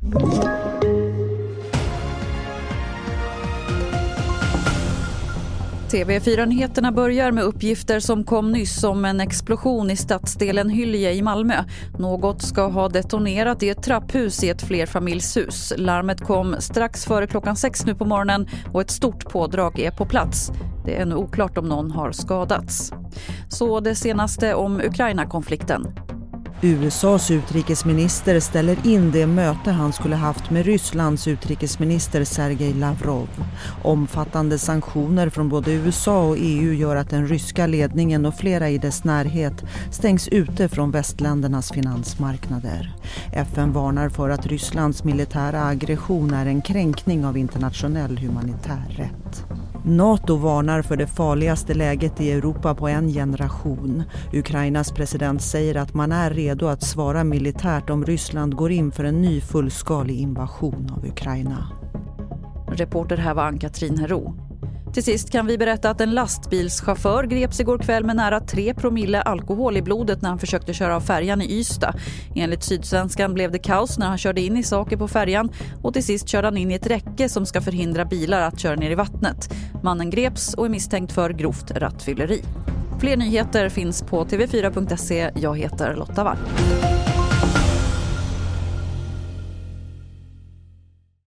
TV4-nyheterna börjar med uppgifter som kom nyss om en explosion i stadsdelen Hyllie i Malmö. Något ska ha detonerat i ett trapphus i ett flerfamiljshus. Larmet kom strax före klockan 6 nu på morgonen och ett stort pådrag är på plats. Det är ännu oklart om någon har skadats. Så det senaste om Ukraina-konflikten. USAs utrikesminister ställer in det möte han skulle haft med Rysslands utrikesminister Sergej Lavrov. Omfattande sanktioner från både USA och EU gör att den ryska ledningen och flera i dess närhet stängs ute från västländernas finansmarknader. FN varnar för att Rysslands militära aggression är en kränkning av internationell humanitär rätt. NATO varnar för det farligaste läget i Europa på en generation. Ukrainas president säger att man är redo att svara militärt om Ryssland går in för en ny fullskalig invasion av Ukraina. Reporter här var Ann-Katrin Hero. Till sist kan vi berätta att en lastbilschaufför greps igår kväll med nära 3 promille alkohol i blodet när han försökte köra av färjan i Ystad. Enligt Sydsvenskan blev det kaos när han körde in i saker på färjan och till sist körde han in i ett räcke som ska förhindra bilar att köra ner i vattnet. Mannen greps och är misstänkt för grovt rattfylleri. Fler nyheter finns på tv4.se. Jag heter Lotta Wall.